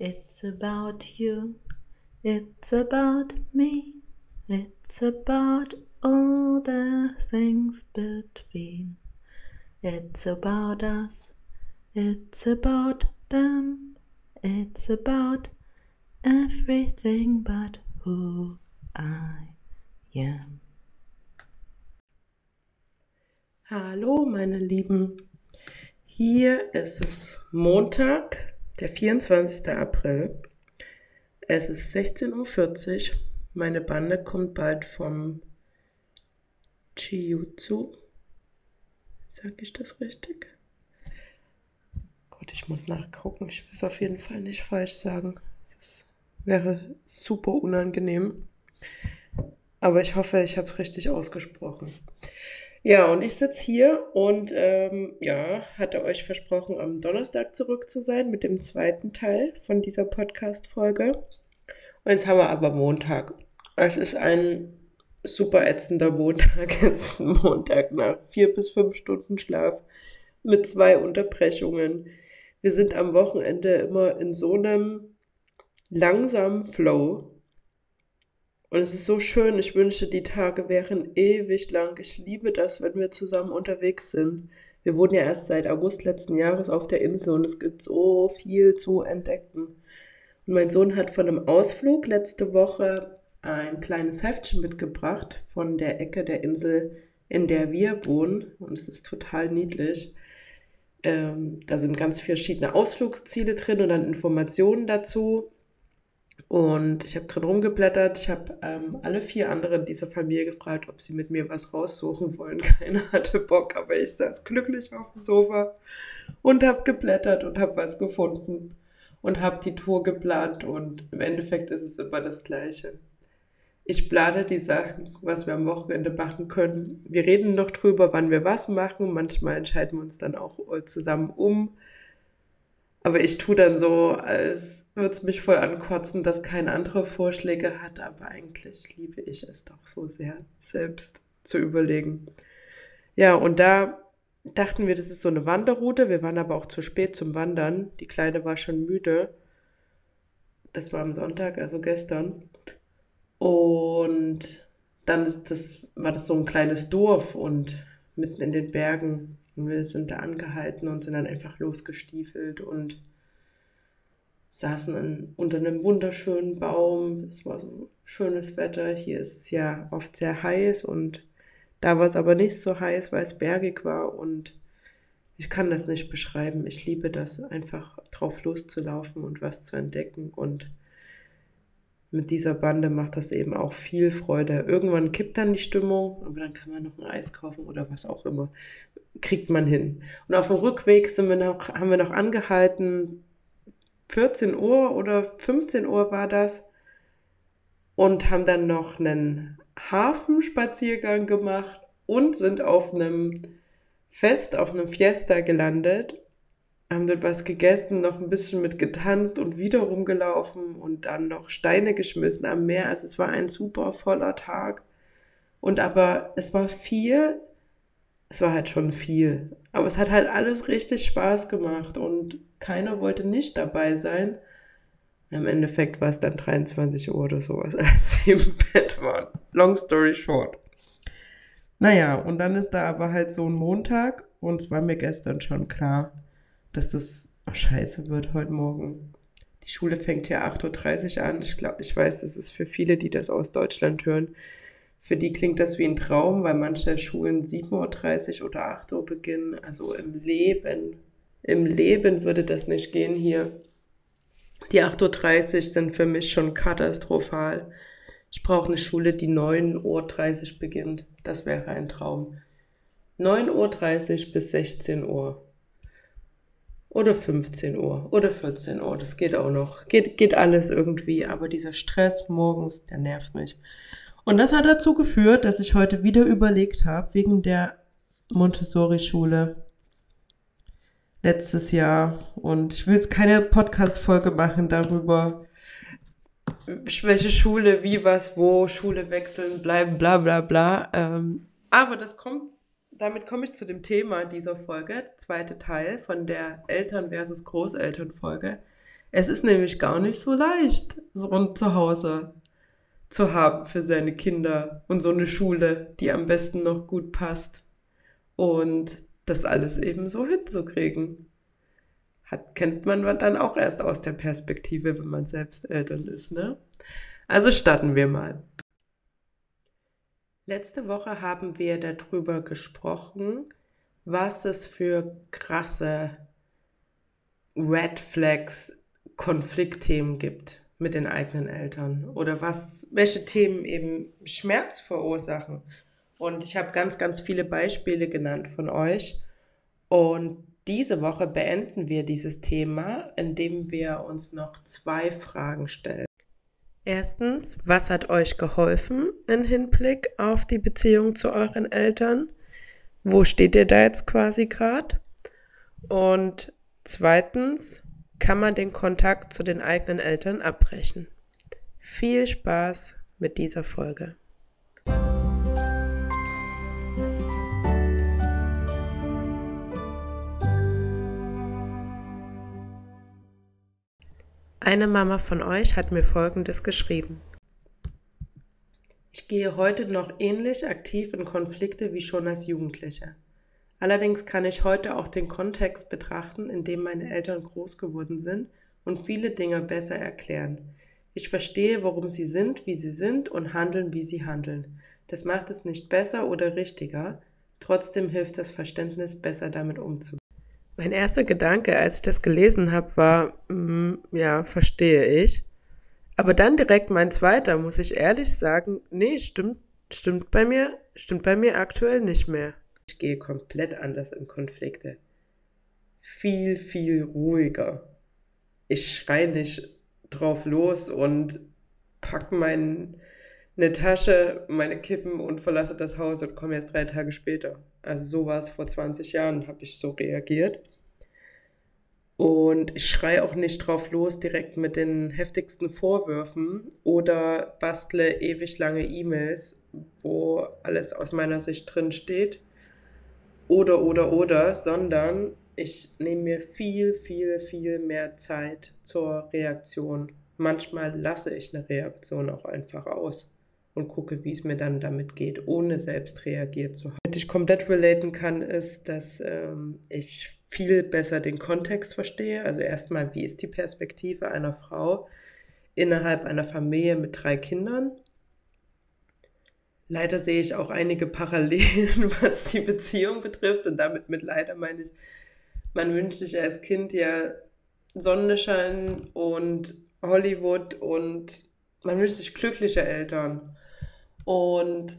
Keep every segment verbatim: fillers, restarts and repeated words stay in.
It's about you, it's about me, it's about all the things between. It's about us, it's about them, it's about everything but who I am. Hallo meine Lieben, hier ist es Montag, der vierundzwanzigster April. Es ist sechzehn Uhr vierzig. Meine Bande kommt bald vom Jiu-Jitsu. Sag ich das richtig? Gott, ich muss nachgucken. Ich will es auf jeden Fall nicht falsch sagen. Es wäre super unangenehm. Aber ich hoffe, ich habe es richtig ausgesprochen. Ja, und ich sitze hier und ähm, ja, hatte euch versprochen, am Donnerstag zurück zu sein mit dem zweiten Teil von dieser Podcast-Folge. Und jetzt haben wir aber Montag. Es ist ein super ätzender Montag. Es ist ein Montag nach vier bis fünf Stunden Schlaf mit zwei Unterbrechungen. Wir sind am Wochenende immer in so einem langsamen Flow. Und es ist so schön, ich wünschte, die Tage wären ewig lang. Ich liebe das, wenn wir zusammen unterwegs sind. Wir wohnen ja erst seit August letzten Jahres auf der Insel und es gibt so viel zu entdecken. Und mein Sohn hat von einem Ausflug letzte Woche ein kleines Heftchen mitgebracht von der Ecke der Insel, in der wir wohnen. Und es ist total niedlich. Ähm, da sind ganz verschiedene Ausflugsziele drin und dann Informationen dazu. Und ich habe drin rumgeblättert. Ich habe ähm, alle vier anderen dieser Familie gefragt, ob sie mit mir was raussuchen wollen. Keiner hatte Bock, aber ich saß glücklich auf dem Sofa und habe geblättert und habe was gefunden und habe die Tour geplant. Und im Endeffekt ist es immer das Gleiche. Ich plane die Sachen, was wir am Wochenende machen können. Wir reden noch drüber, wann wir was machen. Manchmal entscheiden wir uns dann auch zusammen um. Aber ich tue dann so, als würde es mich voll ankotzen, dass kein anderer Vorschläge hat. Aber eigentlich liebe ich es doch so sehr, selbst zu überlegen. Ja, und da dachten wir, das ist so eine Wanderroute. Wir waren aber auch zu spät zum Wandern. Die Kleine war schon müde. Das war am Sonntag, also gestern. Und dann ist das, war das so ein kleines Dorf und mitten in den Bergen. Und wir sind da angehalten und sind dann einfach losgestiefelt und saßen an, unter einem wunderschönen Baum. Es war so schönes Wetter. Hier ist es ja oft sehr heiß und da war es aber nicht so heiß, weil es bergig war. Und ich kann das nicht beschreiben. Ich liebe das, einfach drauf loszulaufen und was zu entdecken. Und mit dieser Bande macht das eben auch viel Freude. Irgendwann kippt dann die Stimmung, aber dann kann man noch ein Eis kaufen oder was auch immer. Kriegt man hin. Und auf dem Rückweg sind wir noch, haben wir noch angehalten, vierzehn Uhr oder fünfzehn Uhr war das, und haben dann noch einen Hafenspaziergang gemacht und sind auf einem Fest, auf einem Fiesta gelandet, haben dort was gegessen, noch ein bisschen mit getanzt und wieder rumgelaufen und dann noch Steine geschmissen am Meer. Also es war ein super voller Tag. Und aber es war viel, es war halt schon viel. Aber es hat halt alles richtig Spaß gemacht und keiner wollte nicht dabei sein. Im Endeffekt war es dann dreiundzwanzig Uhr oder sowas, als sie im Bett waren. Long story short. Naja, und dann ist da aber halt so ein Montag und es war mir gestern schon klar, dass das scheiße wird heute Morgen. Die Schule fängt ja acht Uhr dreißig an. Ich glaube, ich weiß, das ist für viele, die das aus Deutschland hören, für die klingt das wie ein Traum, weil manche Schulen sieben Uhr dreißig oder acht Uhr beginnen. Also im Leben, im Leben würde das nicht gehen hier. Die acht Uhr dreißig sind für mich schon katastrophal. Ich brauche eine Schule, die neun Uhr dreißig beginnt. Das wäre ein Traum. neun Uhr dreißig bis sechzehn Uhr. Oder fünfzehn Uhr oder vierzehn Uhr, das geht auch noch. Geht, geht alles irgendwie, aber dieser Stress morgens, der nervt mich. Und das hat dazu geführt, dass ich heute wieder überlegt habe, wegen der Montessori-Schule letztes Jahr. Und ich will jetzt keine Podcast-Folge machen darüber, welche Schule, wie, was, wo, Schule wechseln, bleiben, bla bla bla. Ähm, aber das kommt, damit komme ich zu dem Thema dieser Folge, zweite Teil von der Eltern- versus Großeltern-Folge. Es ist nämlich gar nicht so leicht, so ein Zuhause zu haben für seine Kinder und so eine Schule, die am besten noch gut passt und das alles eben so hinzukriegen. Hat, kennt man dann auch erst aus der Perspektive, wenn man selbst Eltern ist, ne? Also starten wir mal. Letzte Woche haben wir darüber gesprochen, was es für krasse Red Flags, Konfliktthemen gibt mit den eigenen Eltern oder was, welche Themen eben Schmerz verursachen. Und ich habe ganz, ganz viele Beispiele genannt von euch. Und diese Woche beenden wir dieses Thema, indem wir uns noch zwei Fragen stellen. Erstens, was hat euch geholfen im Hinblick auf die Beziehung zu euren Eltern? Wo steht ihr da jetzt quasi gerade? Und zweitens, kann man den Kontakt zu den eigenen Eltern abbrechen? Viel Spaß mit dieser Folge. Eine Mama von euch hat mir Folgendes geschrieben. Ich gehe heute noch ähnlich aktiv in Konflikte wie schon als Jugendliche. Allerdings kann ich heute auch den Kontext betrachten, in dem meine Eltern groß geworden sind und viele Dinge besser erklären. Ich verstehe, warum sie sind, wie sie sind und handeln, wie sie handeln. Das macht es nicht besser oder richtiger, trotzdem hilft das Verständnis, besser damit umzugehen. Mein erster Gedanke, als ich das gelesen habe, war, mm, ja, verstehe ich. Aber dann direkt mein zweiter, muss ich ehrlich sagen, nee, stimmt, stimmt bei mir, stimmt bei mir aktuell nicht mehr. Ich gehe komplett anders in Konflikte. Viel, viel ruhiger. Ich schreie nicht drauf los und pack meine Tasche, meine Kippen und verlasse das Haus und komme jetzt drei Tage später. Also so war es vor zwanzig Jahren, habe ich so reagiert. Und ich schreie auch nicht drauf los, direkt mit den heftigsten Vorwürfen oder bastle ewig lange E-Mails, wo alles aus meiner Sicht drin steht. Oder, oder, oder, sondern ich nehme mir viel, viel, viel mehr Zeit zur Reaktion. Manchmal lasse ich eine Reaktion auch einfach aus und gucke, wie es mir dann damit geht, ohne selbst reagiert zu haben. Was ich komplett relaten kann, ist, dass ähm, ich viel besser den Kontext verstehe. Also erstmal, wie ist die Perspektive einer Frau innerhalb einer Familie mit drei Kindern? Leider sehe ich auch einige Parallelen, was die Beziehung betrifft. Und damit mit leider meine ich, man wünscht sich als Kind ja Sonnenschein und Hollywood und man wünscht sich glückliche Eltern. Und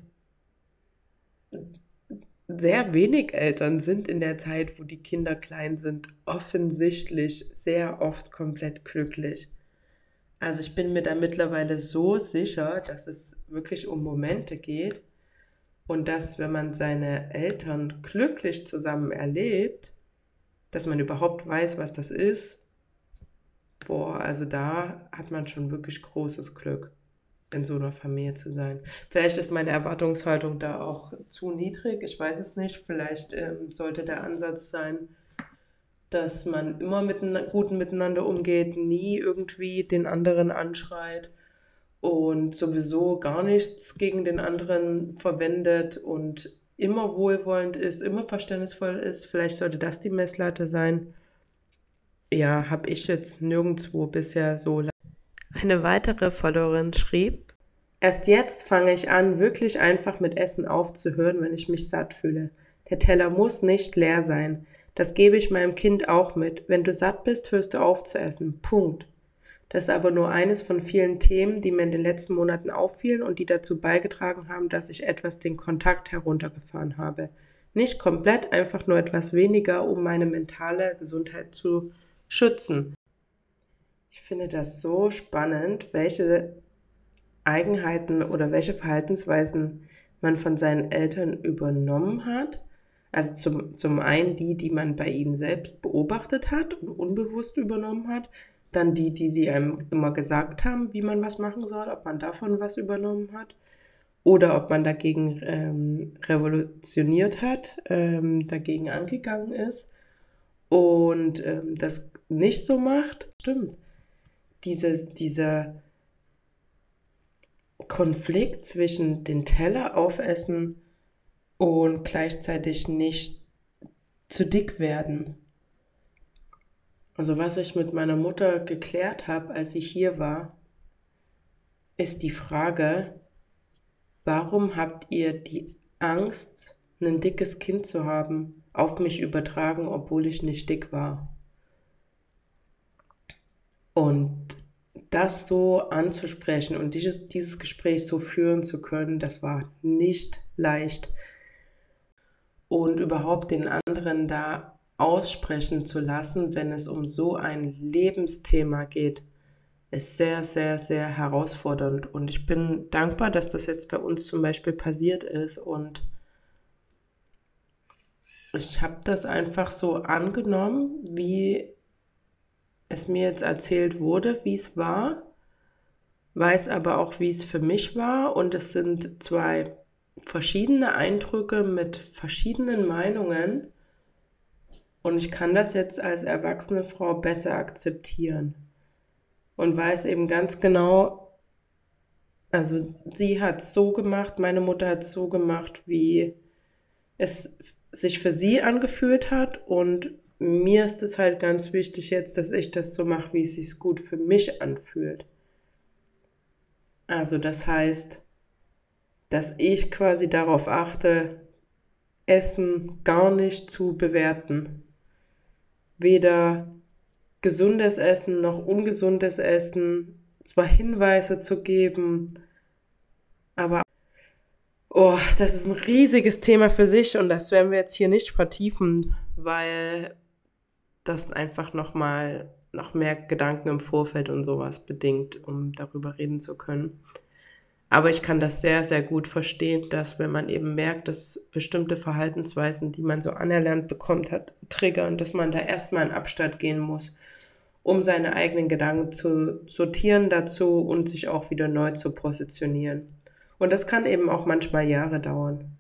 sehr wenig Eltern sind in der Zeit, wo die Kinder klein sind, offensichtlich sehr oft komplett glücklich. Also ich bin mir da mittlerweile so sicher, dass es wirklich um Momente geht und dass, wenn man seine Eltern glücklich zusammen erlebt, dass man überhaupt weiß, was das ist. Boah, also da hat man schon wirklich großes Glück, in so einer Familie zu sein. Vielleicht ist meine Erwartungshaltung da auch zu niedrig, ich weiß es nicht. Vielleicht ähm, sollte der Ansatz sein, dass man immer mit einem guten Miteinander umgeht, nie irgendwie den anderen anschreit und sowieso gar nichts gegen den anderen verwendet und immer wohlwollend ist, immer verständnisvoll ist. Vielleicht sollte das die Messlatte sein. Ja, habe ich jetzt nirgendwo bisher so. Eine weitere Followerin schrieb: Erst jetzt fange ich an, wirklich einfach mit Essen aufzuhören, wenn ich mich satt fühle. Der Teller muss nicht leer sein. Das gebe ich meinem Kind auch mit. Wenn du satt bist, hörst du auf zu essen. Punkt. Das ist aber nur eines von vielen Themen, die mir in den letzten Monaten auffielen und die dazu beigetragen haben, dass ich etwas den Kontakt heruntergefahren habe. Nicht komplett, einfach nur etwas weniger, um meine mentale Gesundheit zu schützen. Ich finde das so spannend, welche Eigenheiten oder welche Verhaltensweisen man von seinen Eltern übernommen hat. Also zum, zum einen die, die man bei ihnen selbst beobachtet hat und unbewusst übernommen hat. Dann die, die sie einem immer gesagt haben, wie man was machen soll, ob man davon was übernommen hat. Oder ob man dagegen ähm, revolutioniert hat, ähm, dagegen angegangen ist und ähm, das nicht so macht. Stimmt. diese, dieser Konflikt zwischen den Teller aufessen und gleichzeitig nicht zu dick werden. Also was ich mit meiner Mutter geklärt habe, als sie hier war, ist die Frage, warum habt ihr die Angst, ein dickes Kind zu haben, auf mich übertragen, obwohl ich nicht dick war? Und das so anzusprechen und dieses, dieses Gespräch so führen zu können, das war nicht leicht. Und überhaupt den anderen da aussprechen zu lassen, wenn es um so ein Lebensthema geht, ist sehr, sehr, sehr herausfordernd. Und ich bin dankbar, dass das jetzt bei uns zum Beispiel passiert ist. Und ich habe das einfach so angenommen, wie es mir jetzt erzählt wurde, wie es war, weiß aber auch, wie es für mich war. Und es sind zwei verschiedene Eindrücke mit verschiedenen Meinungen. Und ich kann das jetzt als erwachsene Frau besser akzeptieren. Und weiß eben ganz genau, also sie hat es so gemacht, meine Mutter hat es so gemacht, wie es sich für sie angefühlt hat. Und mir ist es halt ganz wichtig jetzt, dass ich das so mache, wie es sich gut für mich anfühlt. Also das heißt, dass ich quasi darauf achte, Essen gar nicht zu bewerten. Weder gesundes Essen noch ungesundes Essen, zwar Hinweise zu geben, aber oh, das ist ein riesiges Thema für sich und das werden wir jetzt hier nicht vertiefen, weil das einfach nochmal noch mehr Gedanken im Vorfeld und sowas bedingt, um darüber reden zu können. Aber ich kann das sehr, sehr gut verstehen, dass wenn man eben merkt, dass bestimmte Verhaltensweisen, die man so anerlernt bekommt hat, triggern, dass man da erstmal in Abstand gehen muss, um seine eigenen Gedanken zu sortieren dazu und sich auch wieder neu zu positionieren. Und das kann eben auch manchmal Jahre dauern.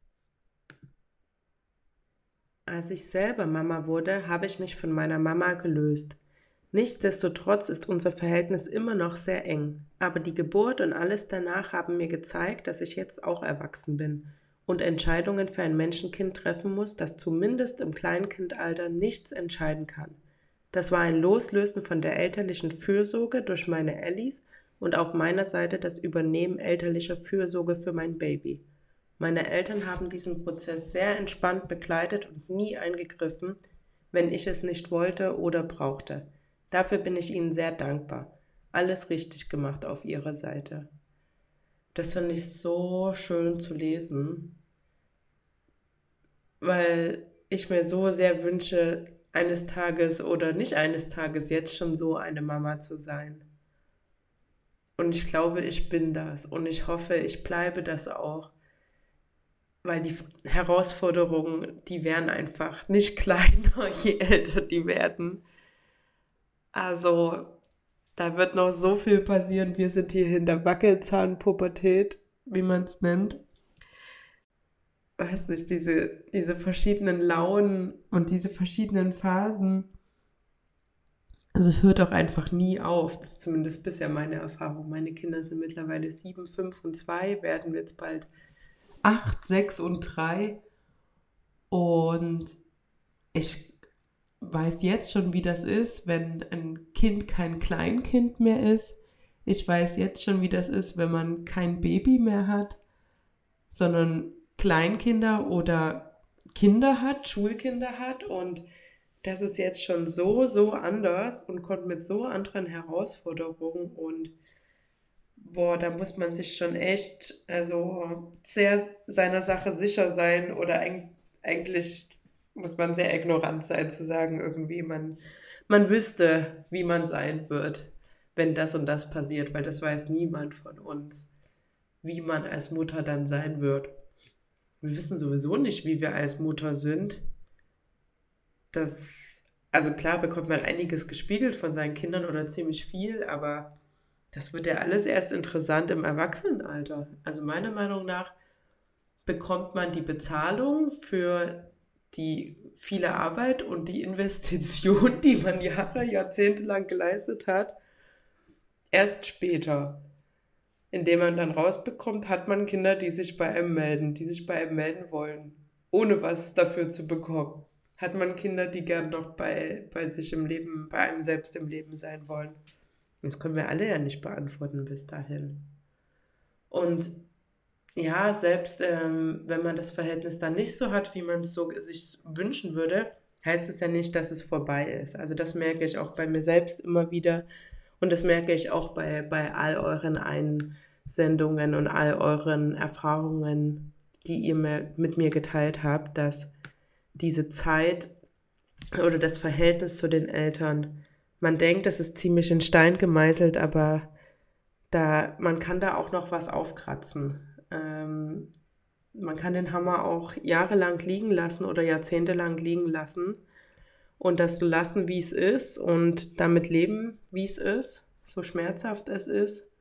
Als ich selber Mama wurde, habe ich mich von meiner Mama gelöst. Nichtsdestotrotz ist unser Verhältnis immer noch sehr eng, aber die Geburt und alles danach haben mir gezeigt, dass ich jetzt auch erwachsen bin und Entscheidungen für ein Menschenkind treffen muss, das zumindest im Kleinkindalter nichts entscheiden kann. Das war ein Loslösen von der elterlichen Fürsorge durch meine Ellis und auf meiner Seite das Übernehmen elterlicher Fürsorge für mein Baby. Meine Eltern haben diesen Prozess sehr entspannt begleitet und nie eingegriffen, wenn ich es nicht wollte oder brauchte. Dafür bin ich ihnen sehr dankbar. Alles richtig gemacht auf ihrer Seite. Das finde ich so schön zu lesen, weil ich mir so sehr wünsche, eines Tages oder nicht eines Tages jetzt schon so eine Mama zu sein. Und ich glaube, ich bin das und ich hoffe, ich bleibe das auch, weil die Herausforderungen, die werden einfach nicht kleiner, je älter die werden. Also, da wird noch so viel passieren. Wir sind hier in der Wackelzahnpubertät, wie man es nennt. Weiß nicht, diese, diese verschiedenen Launen und diese verschiedenen Phasen. Also hört doch einfach nie auf. Das ist zumindest bisher meine Erfahrung. Meine Kinder sind mittlerweile sieben, fünf und zwei, werden jetzt bald acht, sechs und drei. Und ich weiß jetzt schon, wie das ist, wenn ein Kind kein Kleinkind mehr ist. Ich weiß jetzt schon, wie das ist, wenn man kein Baby mehr hat, sondern Kleinkinder oder Kinder hat, Schulkinder hat. Und das ist jetzt schon so, so anders und kommt mit so anderen Herausforderungen. Und boah, da muss man sich schon echt, also sehr seiner Sache sicher sein oder eig- eigentlich muss man sehr ignorant sein zu sagen, irgendwie man, man wüsste, wie man sein wird, wenn das und das passiert, weil das weiß niemand von uns, wie man als Mutter dann sein wird. Wir wissen sowieso nicht, wie wir als Mutter sind. Das, also klar bekommt man einiges gespiegelt von seinen Kindern oder ziemlich viel, aber das wird ja alles erst interessant im Erwachsenenalter. Also meiner Meinung nach bekommt man die Bezahlung für die viele Arbeit und die Investition, die man Jahre, Jahrzehnte lang geleistet hat, erst später, indem man dann rausbekommt, hat man Kinder, die sich bei einem melden, die sich bei einem melden wollen, ohne was dafür zu bekommen. Hat man Kinder, die gern noch bei, bei sich im Leben, bei einem selbst im Leben sein wollen. Das können wir alle ja nicht beantworten bis dahin. Und ja, selbst ähm, wenn man das Verhältnis dann nicht so hat, wie man es so sich wünschen würde, heißt es ja nicht, dass es vorbei ist. Also das merke ich auch bei mir selbst immer wieder und das merke ich auch bei, bei all euren Einsendungen und all euren Erfahrungen, die ihr mir, mit mir geteilt habt, dass diese Zeit oder das Verhältnis zu den Eltern, man denkt, es ist ziemlich in Stein gemeißelt, aber da, man kann da auch noch was aufkratzen. Ähm, man kann den Hammer auch jahrelang liegen lassen oder jahrzehntelang liegen lassen und das so lassen, wie es ist und damit leben, wie es ist, so schmerzhaft es ist.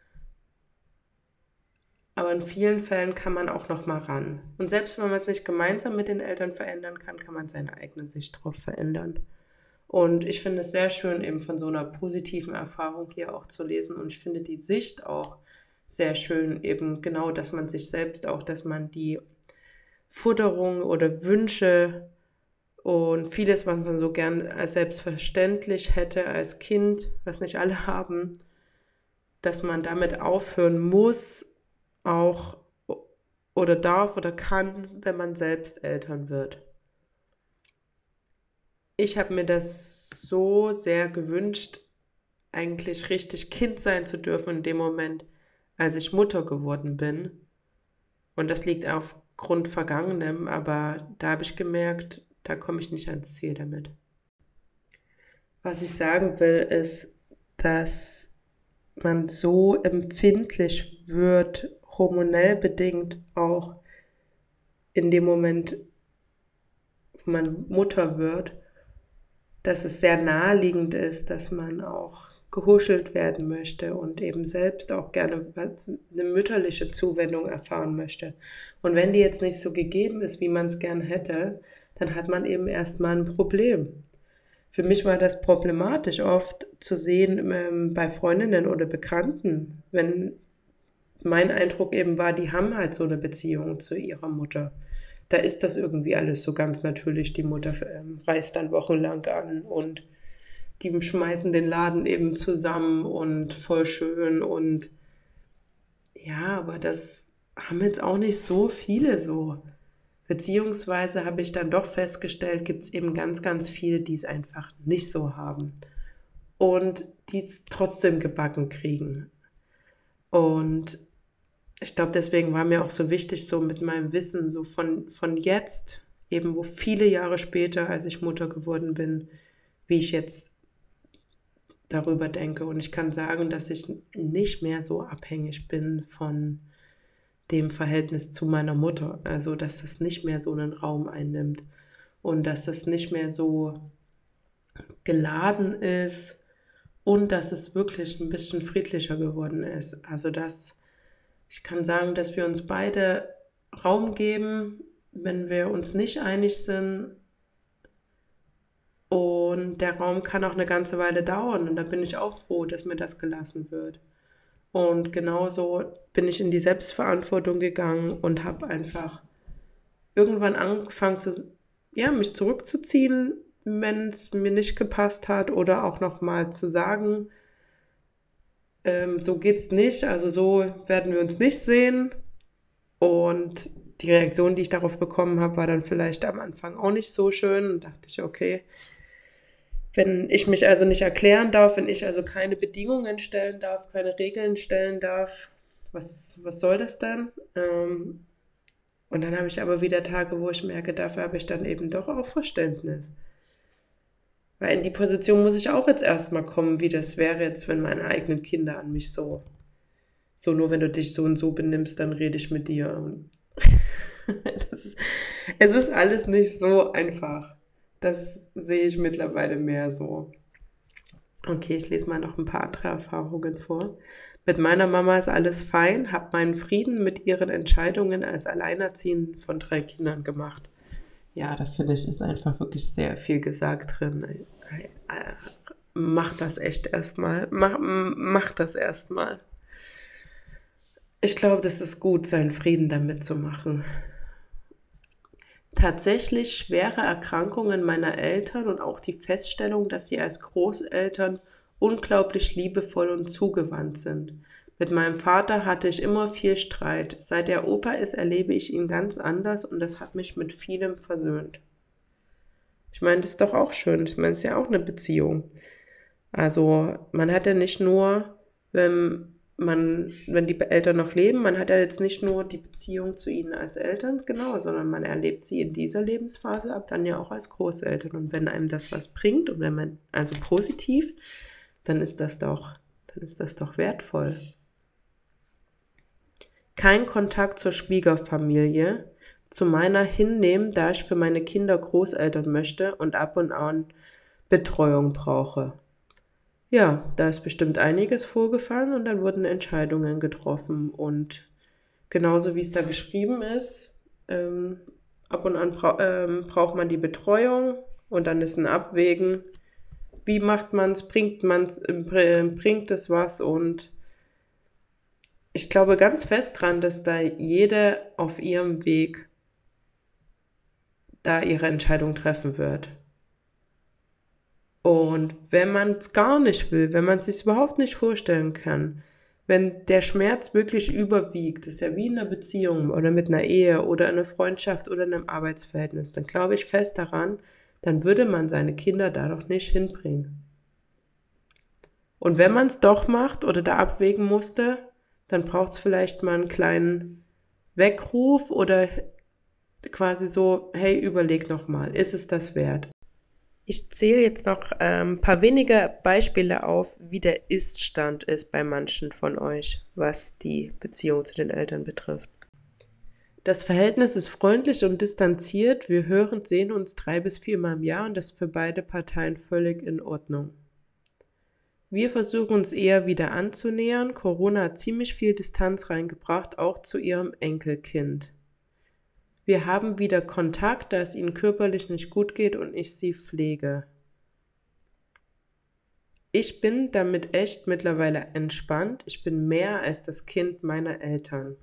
Aber in vielen Fällen kann man auch noch mal ran. Und selbst wenn man es nicht gemeinsam mit den Eltern verändern kann, kann man seine eigene Sicht darauf verändern. Und ich finde es sehr schön, eben von so einer positiven Erfahrung hier auch zu lesen. Und ich finde die Sicht auch sehr schön, eben genau, dass man sich selbst auch, dass man die Futterung oder Wünsche und vieles, was man so gern als selbstverständlich hätte als Kind, was nicht alle haben, dass man damit aufhören muss, auch oder darf oder kann, wenn man selbst Eltern wird. Ich habe mir das so sehr gewünscht, eigentlich richtig Kind sein zu dürfen in dem Moment, als ich Mutter geworden bin. Und das liegt aufgrund Vergangenem, aber da habe ich gemerkt, da komme ich nicht ans Ziel damit. Was ich sagen will, ist, dass man so empfindlich wird, hormonell bedingt auch in dem Moment, wo man Mutter wird, dass es sehr naheliegend ist, dass man auch gehuschelt werden möchte und eben selbst auch gerne eine mütterliche Zuwendung erfahren möchte. Und wenn die jetzt nicht so gegeben ist, wie man es gern hätte, dann hat man eben erstmal ein Problem. Für mich war das problematisch oft zu sehen ähm, bei Freundinnen oder Bekannten, wenn mein Eindruck eben war, die haben halt so eine Beziehung zu ihrer Mutter. Da ist das irgendwie alles so ganz natürlich. Die Mutter ähm, reist dann wochenlang an und die schmeißen den Laden eben zusammen und voll schön. Und ja, aber das haben jetzt auch nicht so viele so. Beziehungsweise habe ich dann doch festgestellt, gibt es eben ganz, ganz viele, die es einfach nicht so haben und die es trotzdem gebacken kriegen. Und ich glaube, deswegen war mir auch so wichtig, so mit meinem Wissen, so von, von jetzt, eben wo viele Jahre später, als ich Mutter geworden bin, wie ich jetzt darüber denke. Und ich kann sagen, dass ich nicht mehr so abhängig bin von dem Verhältnis zu meiner Mutter. Also, dass das nicht mehr so einen Raum einnimmt und dass das nicht mehr so geladen ist und dass es wirklich ein bisschen friedlicher geworden ist. Also, dass ich kann sagen, dass wir uns beide Raum geben, wenn wir uns nicht einig sind. Und der Raum kann auch eine ganze Weile dauern. Und da bin ich auch froh, dass mir das gelassen wird. Und genauso bin ich in die Selbstverantwortung gegangen und habe einfach irgendwann angefangen, zu, ja, mich zurückzuziehen, wenn es mir nicht gepasst hat. Oder auch nochmal zu sagen, ähm, so geht's nicht, also so werden wir uns nicht sehen. Und die Reaktion, die ich darauf bekommen habe, war dann vielleicht am Anfang auch nicht so schön. Und dachte ich, okay, wenn ich mich also nicht erklären darf, wenn ich also keine Bedingungen stellen darf, keine Regeln stellen darf, was, was soll das dann? Ähm, und dann habe ich aber wieder Tage, wo ich merke, dafür habe ich dann eben doch auch Verständnis. Weil in die Position muss ich auch jetzt erstmal kommen, wie das wäre jetzt, wenn meine eigenen Kinder an mich so, so nur wenn du dich so und so benimmst, dann rede ich mit dir. Und das ist, es ist alles nicht so einfach. Das sehe ich mittlerweile mehr so. Okay, ich lese mal noch ein paar andere Erfahrungen vor. Mit meiner Mama ist alles fein, habe meinen Frieden mit ihren Entscheidungen als Alleinerziehend von drei Kindern gemacht. Ja, da finde ich, ist einfach wirklich sehr viel gesagt drin. mach das echt erstmal. Mach, mach das erstmal. Ich glaube, das ist gut, seinen Frieden damit zu machen. Tatsächlich schwere Erkrankungen meiner Eltern und auch die Feststellung, dass sie als Großeltern unglaublich liebevoll und zugewandt sind. Mit meinem Vater hatte ich immer viel Streit. Seit er Opa ist, erlebe ich ihn ganz anders und das hat mich mit vielem versöhnt. Ich meine, das ist doch auch schön. Ich meine, es ist ja auch eine Beziehung. Also man hat ja nicht nur, wenn man, wenn die Eltern noch leben, man hat ja jetzt nicht nur die Beziehung zu ihnen als Eltern, genau, sondern man erlebt sie in dieser Lebensphase ab dann ja auch als Großeltern. Und wenn einem das was bringt und wenn man, also positiv, dann ist das doch, dann ist das doch wertvoll. Kein Kontakt zur Schwiegerfamilie, zu meiner hinnehmen, da ich für meine Kinder Großeltern möchte und ab und an Betreuung brauche. Ja, da ist bestimmt einiges vorgefallen und dann wurden Entscheidungen getroffen. Und genauso wie es da geschrieben ist, ähm, ab und an bra ähm, braucht man die Betreuung und dann ist ein Abwägen, wie macht man es, bringt man's, äh, bringt es was. Und ich glaube ganz fest dran, dass da jede auf ihrem Weg da ihre Entscheidung treffen wird. Und wenn man es gar nicht will, wenn man es sich überhaupt nicht vorstellen kann, wenn der Schmerz wirklich überwiegt, das ist ja wie in einer Beziehung oder mit einer Ehe oder einer Freundschaft oder in einem Arbeitsverhältnis, dann glaube ich fest daran, dann würde man seine Kinder da doch nicht hinbringen. Und wenn man es doch macht oder da abwägen musste, dann braucht es vielleicht mal einen kleinen Weckruf oder quasi so, hey, überleg nochmal, ist es das wert? Ich zähle jetzt noch ein ähm, paar wenige Beispiele auf, wie der Ist-Stand ist bei manchen von euch, was die Beziehung zu den Eltern betrifft. Das Verhältnis ist freundlich und distanziert. Wir hören, sehen uns drei bis viermal im Jahr und das ist für beide Parteien völlig in Ordnung. Wir versuchen uns eher wieder anzunähern. Corona hat ziemlich viel Distanz reingebracht, auch zu ihrem Enkelkind. Wir haben wieder Kontakt, da es ihnen körperlich nicht gut geht und ich sie pflege. Ich bin damit echt mittlerweile entspannt. Ich bin mehr als das Kind meiner Eltern.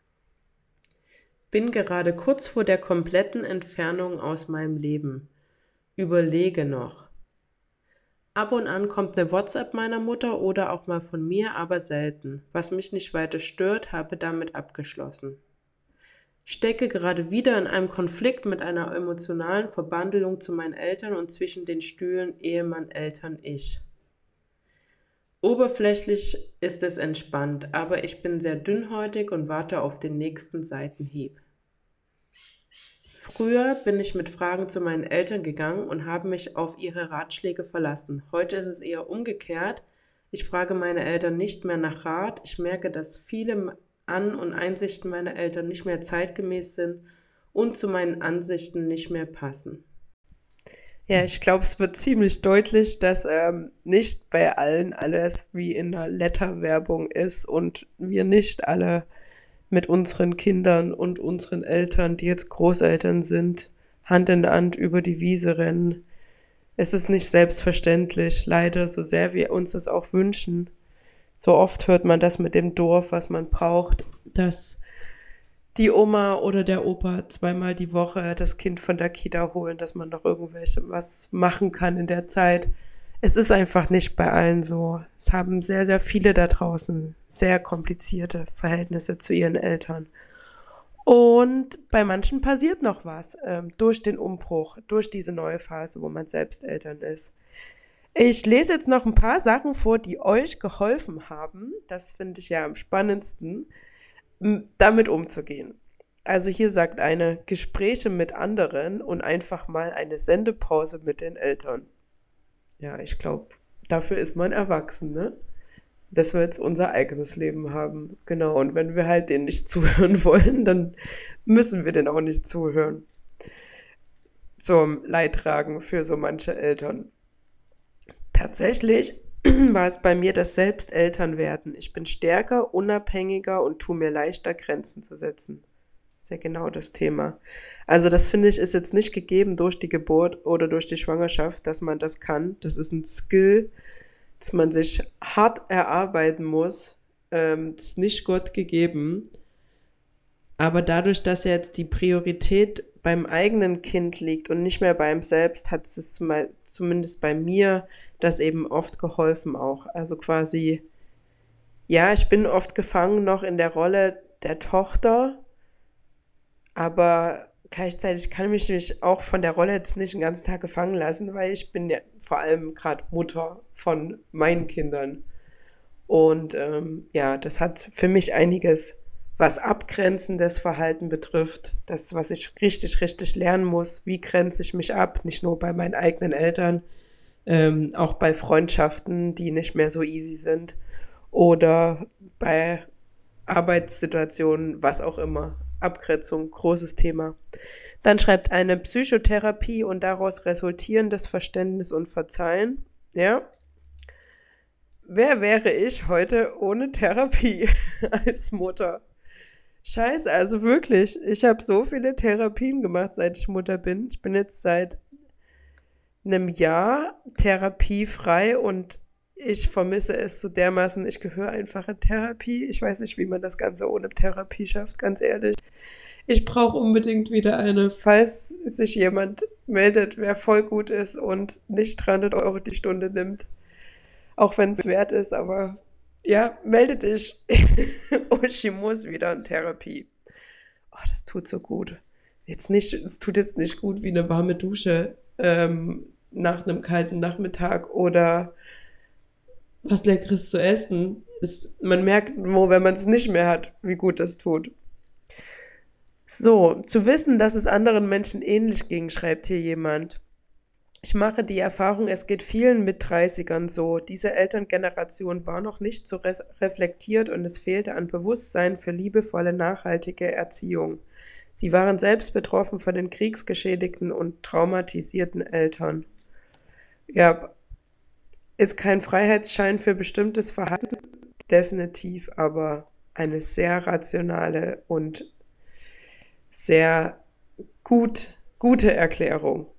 Bin gerade kurz vor der kompletten Entfernung aus meinem Leben. Überlege noch. Ab und an kommt eine WhatsApp meiner Mutter oder auch mal von mir, aber selten. Was mich nicht weiter stört, habe damit abgeschlossen. Stecke gerade wieder in einem Konflikt mit einer emotionalen Verbandelung zu meinen Eltern und zwischen den Stühlen Ehemann, Eltern, ich. Oberflächlich ist es entspannt, aber ich bin sehr dünnhäutig und warte auf den nächsten Seitenhieb. Früher bin ich mit Fragen zu meinen Eltern gegangen und habe mich auf ihre Ratschläge verlassen. Heute ist es eher umgekehrt. Ich frage meine Eltern nicht mehr nach Rat. Ich merke, dass viele An- und Einsichten meiner Eltern nicht mehr zeitgemäß sind und zu meinen Ansichten nicht mehr passen. Ja, ich glaube, es wird ziemlich deutlich, dass ähm, nicht bei allen alles wie in der Letter-Werbung ist und wir nicht alle mit unseren Kindern und unseren Eltern, die jetzt Großeltern sind, Hand in Hand über die Wiese rennen. Es ist nicht selbstverständlich, leider, so sehr wir uns das auch wünschen. So oft hört man das mit dem Dorf, was man braucht, dass die Oma oder der Opa zweimal die Woche das Kind von der Kita holen, dass man noch irgendwelche was machen kann in der Zeit. Es ist einfach nicht bei allen so. Es haben sehr, sehr viele da draußen sehr komplizierte Verhältnisse zu ihren Eltern. Und bei manchen passiert noch was ähm, durch den Umbruch, durch diese neue Phase, wo man selbst Eltern ist. Ich lese jetzt noch ein paar Sachen vor, die euch geholfen haben. Das finde ich ja am spannendsten, damit umzugehen. Also hier sagt eine, Gespräche mit anderen und einfach mal eine Sendepause mit den Eltern. Ja, ich glaube, dafür ist man erwachsen, ne? Dass wir jetzt unser eigenes Leben haben. Genau, und wenn wir halt denen nicht zuhören wollen, dann müssen wir denen auch nicht zuhören. Zum Leidtragen für so manche Eltern. Tatsächlich war es bei mir das Selbstelternwerden. Ich bin stärker, unabhängiger und tue mir leichter, Grenzen zu setzen. ist ja genau das Thema. Also das finde ich ist jetzt nicht gegeben durch die Geburt oder durch die Schwangerschaft, dass man das kann. Das ist ein Skill, das man sich hart erarbeiten muss. Ähm, das ist nicht Gott gegeben. Aber dadurch, dass jetzt die Priorität beim eigenen Kind liegt und nicht mehr beim Selbst, hat es zumal- zumindest bei mir das eben oft geholfen auch. Also quasi, ja, ich bin oft gefangen noch in der Rolle der Tochter, aber gleichzeitig kann ich mich auch von der Rolle jetzt nicht den ganzen Tag gefangen lassen, weil ich bin ja vor allem gerade Mutter von meinen Kindern. Und ähm, ja, das hat für mich einiges, was abgrenzendes Verhalten betrifft. Das, was ich richtig, richtig lernen muss. Wie grenze ich mich ab? Nicht nur bei meinen eigenen Eltern, ähm, auch bei Freundschaften, die nicht mehr so easy sind. Oder bei Arbeitssituationen, was auch immer. Abgrenzung, großes Thema. Dann schreibt eine Psychotherapie und daraus resultierendes Verständnis und Verzeihen. Ja, wer wäre ich heute ohne Therapie als Mutter? Scheiße, also wirklich, ich habe so viele Therapien gemacht, seit ich Mutter bin. Ich bin jetzt seit einem Jahr therapiefrei und ich vermisse es so dermaßen. Ich gehöre einfach in Therapie. Ich weiß nicht, wie man das Ganze ohne Therapie schafft, ganz ehrlich. Ich brauche unbedingt wieder eine, falls sich jemand meldet, wer voll gut ist und nicht dreihundert Euro die Stunde nimmt. Auch wenn es wert ist, aber ja, melde dich. Uschi muss wieder in Therapie. Oh, das tut so gut. Jetzt nicht, es tut jetzt nicht gut wie eine warme Dusche ähm, nach einem kalten Nachmittag oder was Leckeres zu essen. Ist, man merkt nur, wenn man es nicht mehr hat, wie gut das tut. So, zu wissen, dass es anderen Menschen ähnlich ging, schreibt hier jemand. Ich mache die Erfahrung, es geht vielen mit dreißigern so. Diese Elterngeneration war noch nicht so res- reflektiert und es fehlte an Bewusstsein für liebevolle, nachhaltige Erziehung. Sie waren selbst betroffen von den kriegsgeschädigten und traumatisierten Eltern. Ja, ist kein Freiheitsschein für bestimmtes Verhalten, definitiv, aber eine sehr rationale und sehr gut, gute Erklärung.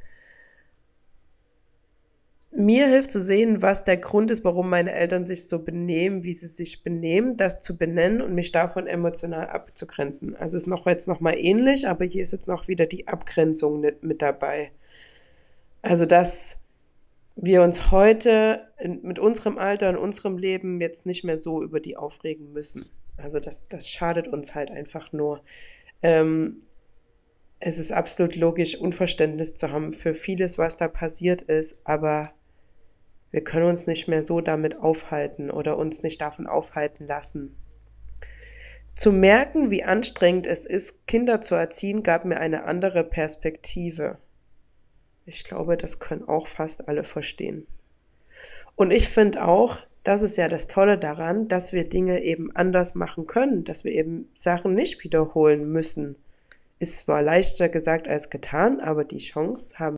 Mir hilft zu sehen, was der Grund ist, warum meine Eltern sich so benehmen, wie sie sich benehmen, das zu benennen und mich davon emotional abzugrenzen. Also ist noch jetzt nochmal ähnlich, aber hier ist jetzt noch wieder die Abgrenzung mit, mit dabei. Also dass wir uns heute in, mit unserem Alter und unserem Leben jetzt nicht mehr so über die aufregen müssen. Also das, das schadet uns halt einfach nur. Ähm, es ist absolut logisch, Unverständnis zu haben für vieles, was da passiert ist, aber wir können uns nicht mehr so damit aufhalten oder uns nicht davon aufhalten lassen. Zu merken, wie anstrengend es ist, Kinder zu erziehen, gab mir eine andere Perspektive. Ich glaube, das können auch fast alle verstehen. Und ich finde auch, das ist ja das Tolle daran, dass wir Dinge eben anders machen können, dass wir eben Sachen nicht wiederholen müssen. Ist zwar leichter gesagt als getan, aber die Chance haben.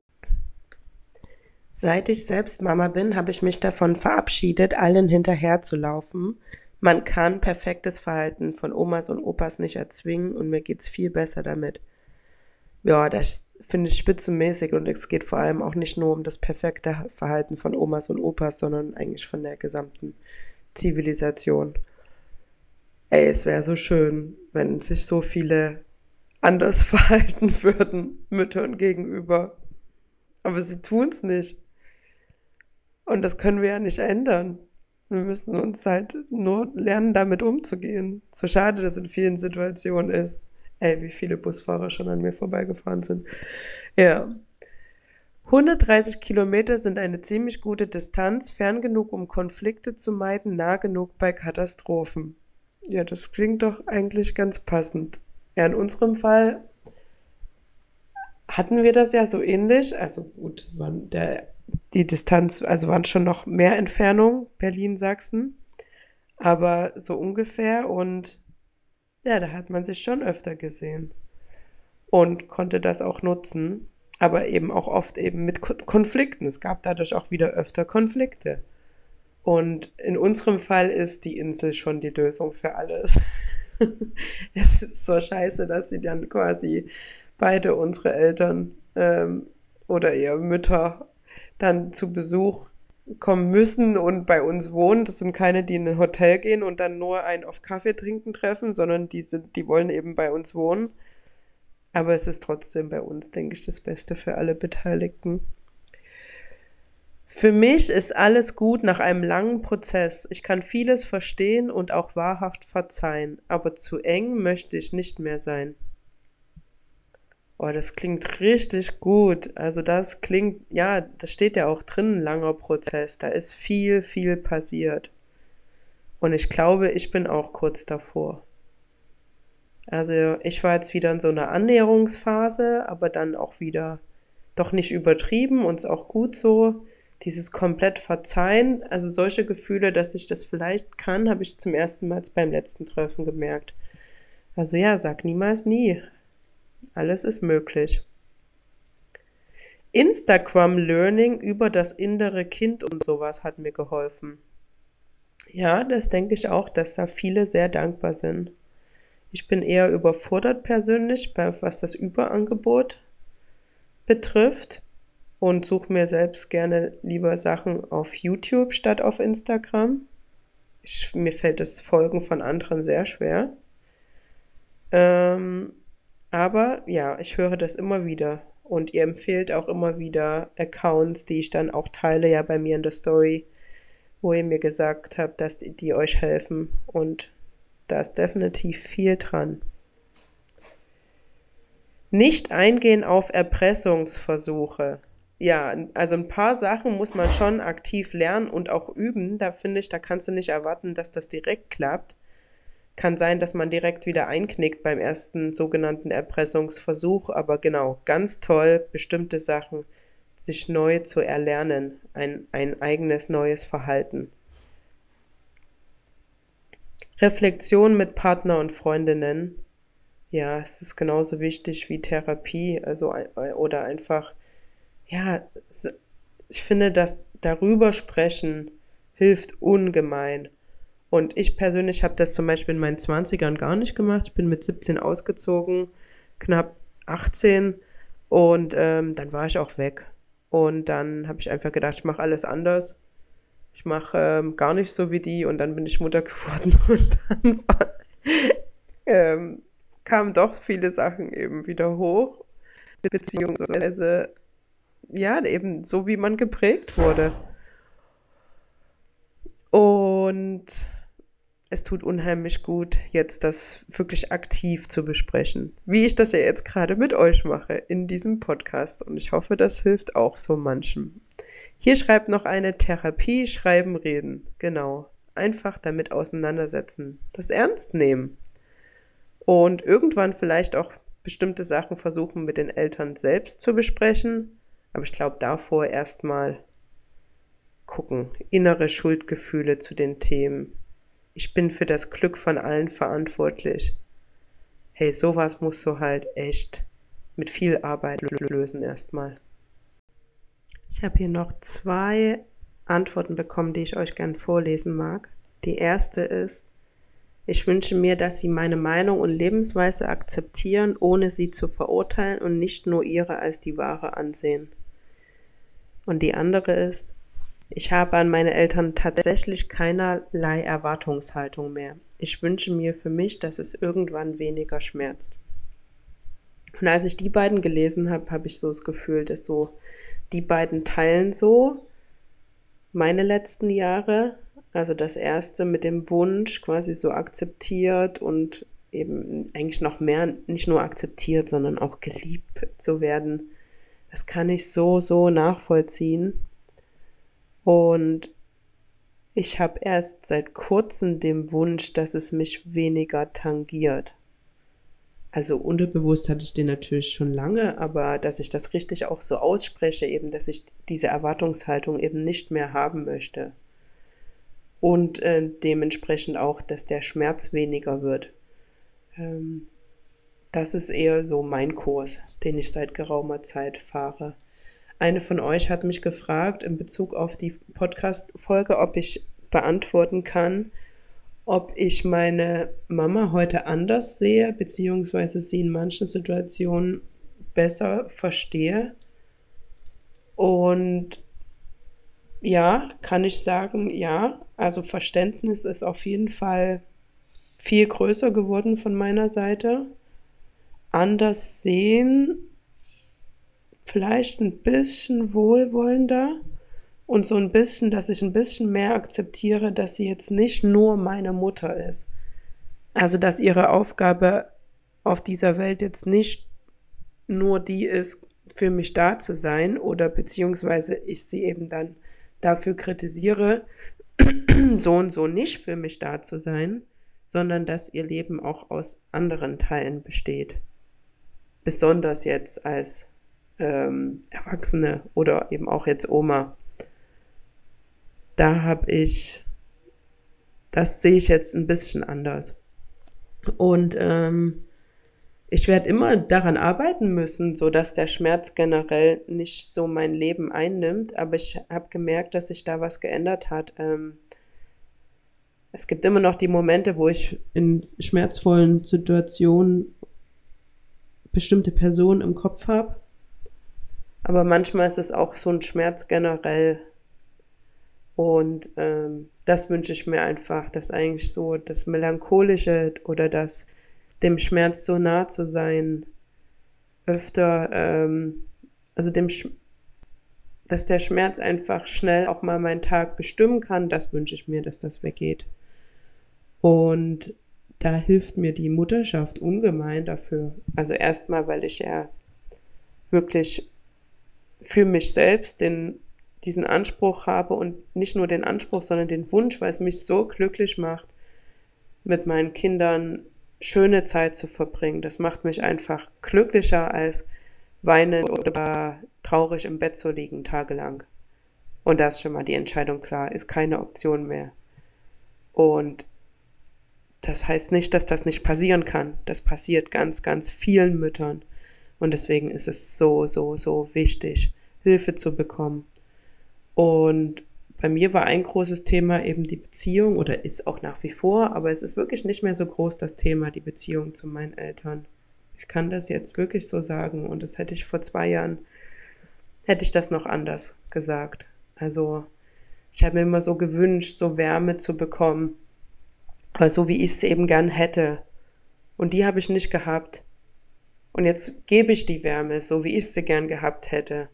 Seit ich selbst Mama bin, habe ich mich davon verabschiedet, allen hinterherzulaufen. Man kann perfektes Verhalten von Omas und Opas nicht erzwingen und mir geht's viel besser damit. Ja, das finde ich spitzenmäßig und es geht vor allem auch nicht nur um das perfekte Verhalten von Omas und Opas, sondern eigentlich von der gesamten Zivilisation. Ey, es wäre so schön, wenn sich so viele anders verhalten würden, Müttern gegenüber. Aber sie tun's nicht. Und das können wir ja nicht ändern. Wir müssen uns halt nur lernen, damit umzugehen. So schade das in vielen Situationen ist. Ey, wie viele Busfahrer schon an mir vorbeigefahren sind. Ja. hundertdreißig Kilometer sind eine ziemlich gute Distanz, fern genug, um Konflikte zu meiden, nah genug bei Katastrophen. Ja, das klingt doch eigentlich ganz passend. Ja, in unserem Fall hatten wir das ja so ähnlich. Also gut, waren der, die Distanz, also waren schon noch mehr Entfernung, Berlin-Sachsen, aber so ungefähr und ja, da hat man sich schon öfter gesehen und konnte das auch nutzen, aber eben auch oft eben mit Ko- Konflikten. Es gab dadurch auch wieder öfter Konflikte. Und in unserem Fall ist die Insel schon die Lösung für alles. Es ist so scheiße, dass sie dann quasi beide unsere Eltern ähm, oder eher Mütter dann zu Besuch kommen müssen und bei uns wohnen. Das sind keine, die in ein Hotel gehen und dann nur einen auf Kaffee trinken treffen, sondern die sind, die wollen eben bei uns wohnen. Aber es ist trotzdem bei uns, denke ich, das Beste für alle Beteiligten. Für mich ist alles gut nach einem langen Prozess. Ich kann vieles verstehen und auch wahrhaft verzeihen, aber zu eng möchte ich nicht mehr sein. Oh, das klingt richtig gut. Also das klingt, ja, da steht ja auch drin, ein langer Prozess. Da ist viel, viel passiert. Und ich glaube, ich bin auch kurz davor. Also ich war jetzt wieder in so einer Annäherungsphase, aber dann auch wieder doch nicht übertrieben und ist auch gut so. Dieses komplett Verzeihen, also solche Gefühle, dass ich das vielleicht kann, habe ich zum ersten Mal beim letzten Treffen gemerkt. Also ja, sag niemals nie. Alles ist möglich. Instagram Learning über das innere Kind und sowas hat mir geholfen. Ja, das denke ich auch, dass da viele sehr dankbar sind. Ich bin eher überfordert persönlich, was das Überangebot betrifft und suche mir selbst gerne lieber Sachen auf YouTube statt auf Instagram. Ich, mir fällt das Folgen von anderen sehr schwer. Ähm, aber ja, ich höre das immer wieder. Und ihr empfehlt auch immer wieder Accounts, die ich dann auch teile, ja bei mir in der Story, wo ihr mir gesagt habt, dass die, die euch helfen. Und da ist definitiv viel dran. Nicht eingehen auf Erpressungsversuche. Ja, also ein paar Sachen muss man schon aktiv lernen und auch üben. Da finde ich, da kannst du nicht erwarten, dass das direkt klappt. Kann sein, dass man direkt wieder einknickt beim ersten sogenannten Erpressungsversuch, aber genau, ganz toll, bestimmte Sachen sich neu zu erlernen, ein, ein eigenes neues Verhalten. Reflexion mit Partner und Freundinnen. Ja, es ist genauso wichtig wie Therapie, also oder einfach, ja, ich finde, dass darüber sprechen hilft ungemein. Und ich persönlich habe das zum Beispiel in meinen Zwanzigern gar nicht gemacht. Ich bin mit siebzehn ausgezogen, knapp achtzehn und ähm, dann war ich auch weg. Und dann habe ich einfach gedacht, ich mache alles anders. Ich mache ähm, gar nicht so wie die und dann bin ich Mutter geworden und dann war, ähm, kamen doch viele Sachen eben wieder hoch, beziehungsweise ja, eben so wie man geprägt wurde. Und es tut unheimlich gut, jetzt das wirklich aktiv zu besprechen, wie ich das ja jetzt gerade mit euch mache in diesem Podcast. Und ich hoffe, das hilft auch so manchem. Hier schreibt noch eine Therapie, schreiben, reden. Genau. Einfach damit auseinandersetzen. Das ernst nehmen. Und irgendwann vielleicht auch bestimmte Sachen versuchen mit den Eltern selbst zu besprechen. Aber ich glaube, davor erstmal gucken. Innere Schuldgefühle zu den Themen. Ich bin für das Glück von allen verantwortlich. Hey, sowas musst du halt echt mit viel Arbeit lösen erstmal. Ich habe hier noch zwei Antworten bekommen, die ich euch gern vorlesen mag. Die erste ist: Ich wünsche mir, dass Sie meine Meinung und Lebensweise akzeptieren, ohne sie zu verurteilen und nicht nur ihre als die wahre ansehen. Und die andere ist: Ich habe an meine Eltern tatsächlich keinerlei Erwartungshaltung mehr. Ich wünsche mir für mich, dass es irgendwann weniger schmerzt. Und als ich die beiden gelesen habe, habe ich so das Gefühl, dass so die beiden teilen so meine letzten Jahre. Also das erste mit dem Wunsch quasi so akzeptiert und eben eigentlich noch mehr nicht nur akzeptiert, sondern auch geliebt zu werden. Das kann ich so, so nachvollziehen. Und ich habe erst seit kurzem den Wunsch, dass es mich weniger tangiert. Also unterbewusst hatte ich den natürlich schon lange, aber dass ich das richtig auch so ausspreche, eben, dass ich diese Erwartungshaltung eben nicht mehr haben möchte. Und äh, dementsprechend auch, dass der Schmerz weniger wird. Ähm, das ist eher so mein Kurs, den ich seit geraumer Zeit fahre. Eine von euch hat mich gefragt in Bezug auf die Podcast-Folge, ob ich beantworten kann, ob ich meine Mama heute anders sehe, beziehungsweise sie in manchen Situationen besser verstehe. Und ja, kann ich sagen, ja, also Verständnis ist auf jeden Fall viel größer geworden von meiner Seite. Anders sehen, vielleicht ein bisschen wohlwollender und so ein bisschen, dass ich ein bisschen mehr akzeptiere, dass sie jetzt nicht nur meine Mutter ist. Also, dass ihre Aufgabe auf dieser Welt jetzt nicht nur die ist, für mich da zu sein oder beziehungsweise ich sie eben dann dafür kritisiere, so und so nicht für mich da zu sein, sondern dass ihr Leben auch aus anderen Teilen besteht. Besonders jetzt als ähm, Erwachsene oder eben auch jetzt Oma. Da habe ich, das sehe ich jetzt ein bisschen anders. Und ähm, ich werde immer daran arbeiten müssen, so dass der Schmerz generell nicht so mein Leben einnimmt. Aber ich habe gemerkt, dass sich da was geändert hat. Ähm, es gibt immer noch die Momente, wo ich in schmerzvollen Situationen bestimmte Personen im Kopf habe. Aber manchmal ist es auch so ein Schmerz generell. Und ähm, das wünsche ich mir einfach, dass eigentlich so das Melancholische oder das dem Schmerz so nah zu sein, öfter, ähm, also dem, Sch- dass der Schmerz einfach schnell auch mal meinen Tag bestimmen kann, das wünsche ich mir, dass das weggeht. Und da hilft mir die Mutterschaft ungemein dafür. Also erstmal, weil ich ja wirklich für mich selbst den, diesen Anspruch habe und nicht nur den Anspruch, sondern den Wunsch, weil es mich so glücklich macht, mit meinen Kindern schöne Zeit zu verbringen. Das macht mich einfach glücklicher als weinend oder traurig im Bett zu liegen tagelang. Und da ist schon mal die Entscheidung klar, ist keine Option mehr. Und das heißt nicht, dass das nicht passieren kann. Das passiert ganz, ganz vielen Müttern. Und deswegen ist es so, so, so wichtig, Hilfe zu bekommen. Und bei mir war ein großes Thema eben die Beziehung oder ist auch nach wie vor, aber es ist wirklich nicht mehr so groß, das Thema, die Beziehung zu meinen Eltern. Ich kann das jetzt wirklich so sagen und das hätte ich vor zwei Jahren, hätte ich das noch anders gesagt. Also ich habe mir immer so gewünscht, so Wärme zu bekommen, so wie ich es eben gern hätte. Und die habe ich nicht gehabt. Und jetzt gebe ich die Wärme, so wie ich sie gern gehabt hätte.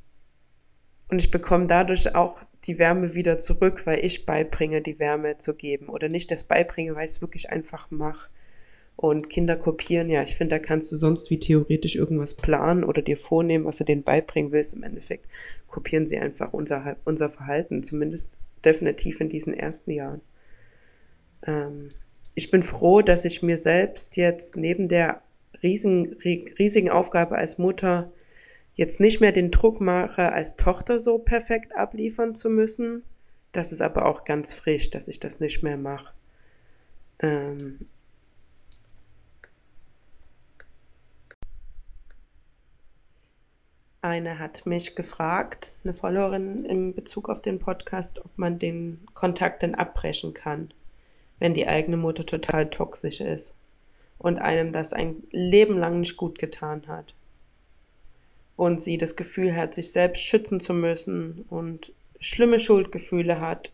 Und ich bekomme dadurch auch die Wärme wieder zurück, weil ich beibringe, die Wärme zu geben. Oder nicht das beibringe, weil ich es wirklich einfach mache. Und Kinder kopieren, ja, ich finde, da kannst du sonst wie theoretisch irgendwas planen oder dir vornehmen, was du denen beibringen willst. Im Endeffekt kopieren sie einfach unser, unser Verhalten, zumindest definitiv in diesen ersten Jahren. Ähm, ich bin froh, dass ich mir selbst jetzt neben der riesigen, riesigen Aufgabe als Mutter jetzt nicht mehr den Druck mache, als Tochter so perfekt abliefern zu müssen. Das ist aber auch ganz frisch, dass ich das nicht mehr mache. Ähm Eine hat mich gefragt, eine Followerin in Bezug auf den Podcast, ob man den Kontakt denn abbrechen kann, wenn die eigene Mutter total toxisch ist und einem das ein Leben lang nicht gut getan hat. Und sie das Gefühl hat, sich selbst schützen zu müssen und schlimme Schuldgefühle hat.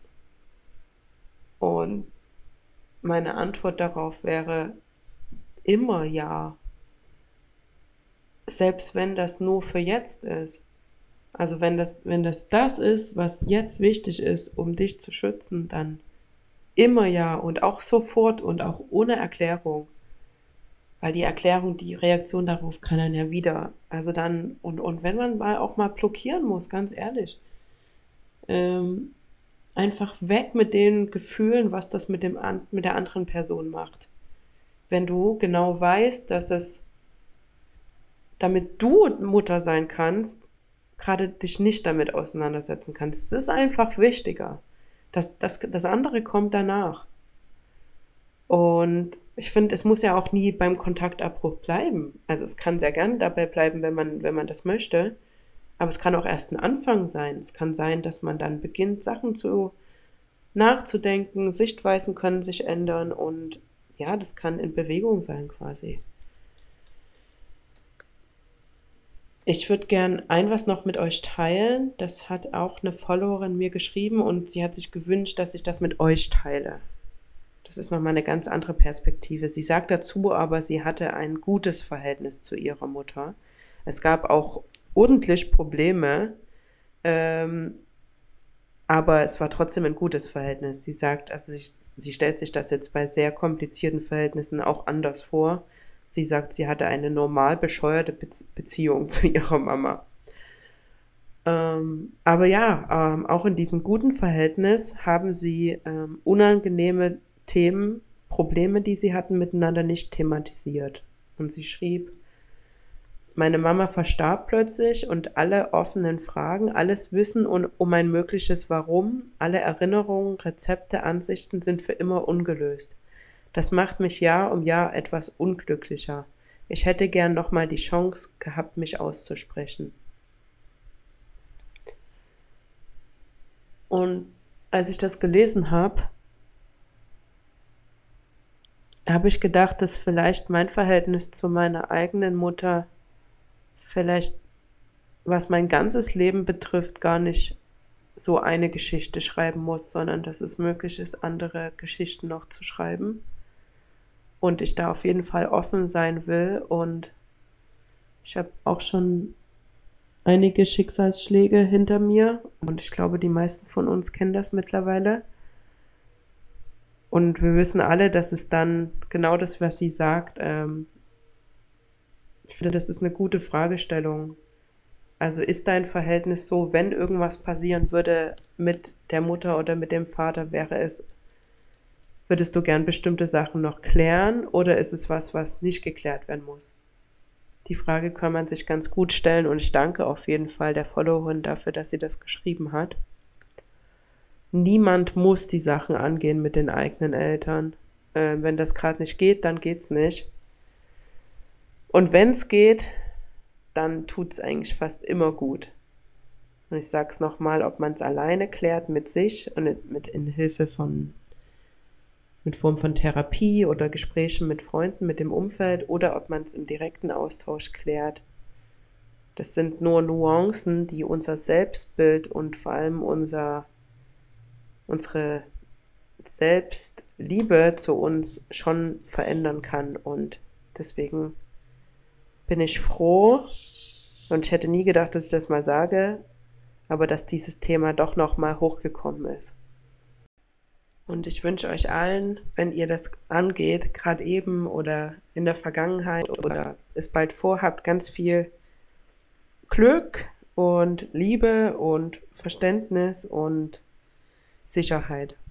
Und meine Antwort darauf wäre immer ja. Selbst wenn das nur für jetzt ist. Also wenn das, wenn das das ist, was jetzt wichtig ist, um dich zu schützen, dann immer ja und auch sofort und auch ohne Erklärung. Weil die Erklärung, die Reaktion darauf kann dann ja wieder. Also dann, und, und wenn man mal auch mal blockieren muss, ganz ehrlich, ähm, einfach weg mit den Gefühlen, was das mit dem mit der anderen Person macht. Wenn du genau weißt, dass es, damit du Mutter sein kannst, gerade dich nicht damit auseinandersetzen kannst. Es ist einfach wichtiger. Das, das, das andere kommt danach. Und ich finde, es muss ja auch nie beim Kontaktabbruch bleiben. Also es kann sehr gern dabei bleiben, wenn man, wenn man das möchte. Aber es kann auch erst ein Anfang sein. Es kann sein, dass man dann beginnt, Sachen zu nachzudenken, Sichtweisen können sich ändern und ja, das kann in Bewegung sein quasi. Ich würde gern ein was noch mit euch teilen. Das hat auch eine Followerin mir geschrieben und sie hat sich gewünscht, dass ich das mit euch teile. Das ist nochmal eine ganz andere Perspektive. Sie sagt dazu aber, sie hatte ein gutes Verhältnis zu ihrer Mutter. Es gab auch ordentlich Probleme, ähm, aber es war trotzdem ein gutes Verhältnis. Sie sagt, also sie, sie stellt sich das jetzt bei sehr komplizierten Verhältnissen auch anders vor. Sie sagt, sie hatte eine normal bescheuerte Be- Beziehung zu ihrer Mama. Ähm, aber ja, ähm, auch in diesem guten Verhältnis haben sie ähm, unangenehme Themen, Probleme, die sie hatten, miteinander nicht thematisiert. Und sie schrieb, meine Mama verstarb plötzlich und alle offenen Fragen, alles Wissen und um ein mögliches Warum, alle Erinnerungen, Rezepte, Ansichten sind für immer ungelöst. Das macht mich Jahr um Jahr etwas unglücklicher. Ich hätte gern nochmal die Chance gehabt, mich auszusprechen. Und als ich das gelesen habe, habe ich gedacht, dass vielleicht mein Verhältnis zu meiner eigenen Mutter vielleicht, was mein ganzes Leben betrifft, gar nicht so eine Geschichte schreiben muss, sondern dass es möglich ist, andere Geschichten noch zu schreiben. Und ich da auf jeden Fall offen sein will. Und ich habe auch schon einige Schicksalsschläge hinter mir. Und ich glaube, die meisten von uns kennen das mittlerweile. Und wir wissen alle, dass es dann genau das, was sie sagt, ähm, ich finde, das ist eine gute Fragestellung. Also ist dein Verhältnis so, wenn irgendwas passieren würde mit der Mutter oder mit dem Vater, wäre es, würdest du gern bestimmte Sachen noch klären oder ist es was, was nicht geklärt werden muss? Die Frage kann man sich ganz gut stellen und ich danke auf jeden Fall der Followerin dafür, dass sie das geschrieben hat. Niemand muss die Sachen angehen mit den eigenen Eltern. Äh, wenn das gerade nicht geht, dann geht's nicht. Und wenn es geht, dann tut es eigentlich fast immer gut. Und ich sag's nochmal, ob man es alleine klärt mit sich und mit in Hilfe von mit Form von Therapie oder Gesprächen mit Freunden, mit dem Umfeld oder ob man es im direkten Austausch klärt. Das sind nur Nuancen, die unser Selbstbild und vor allem unser, unsere Selbstliebe zu uns schon verändern kann. Und deswegen bin ich froh und ich hätte nie gedacht, dass ich das mal sage, aber dass dieses Thema doch nochmal hochgekommen ist. Und ich wünsche euch allen, wenn ihr das angeht, gerade eben oder in der Vergangenheit oder es bald vorhabt, ganz viel Glück und Liebe und Verständnis und Sicherheit.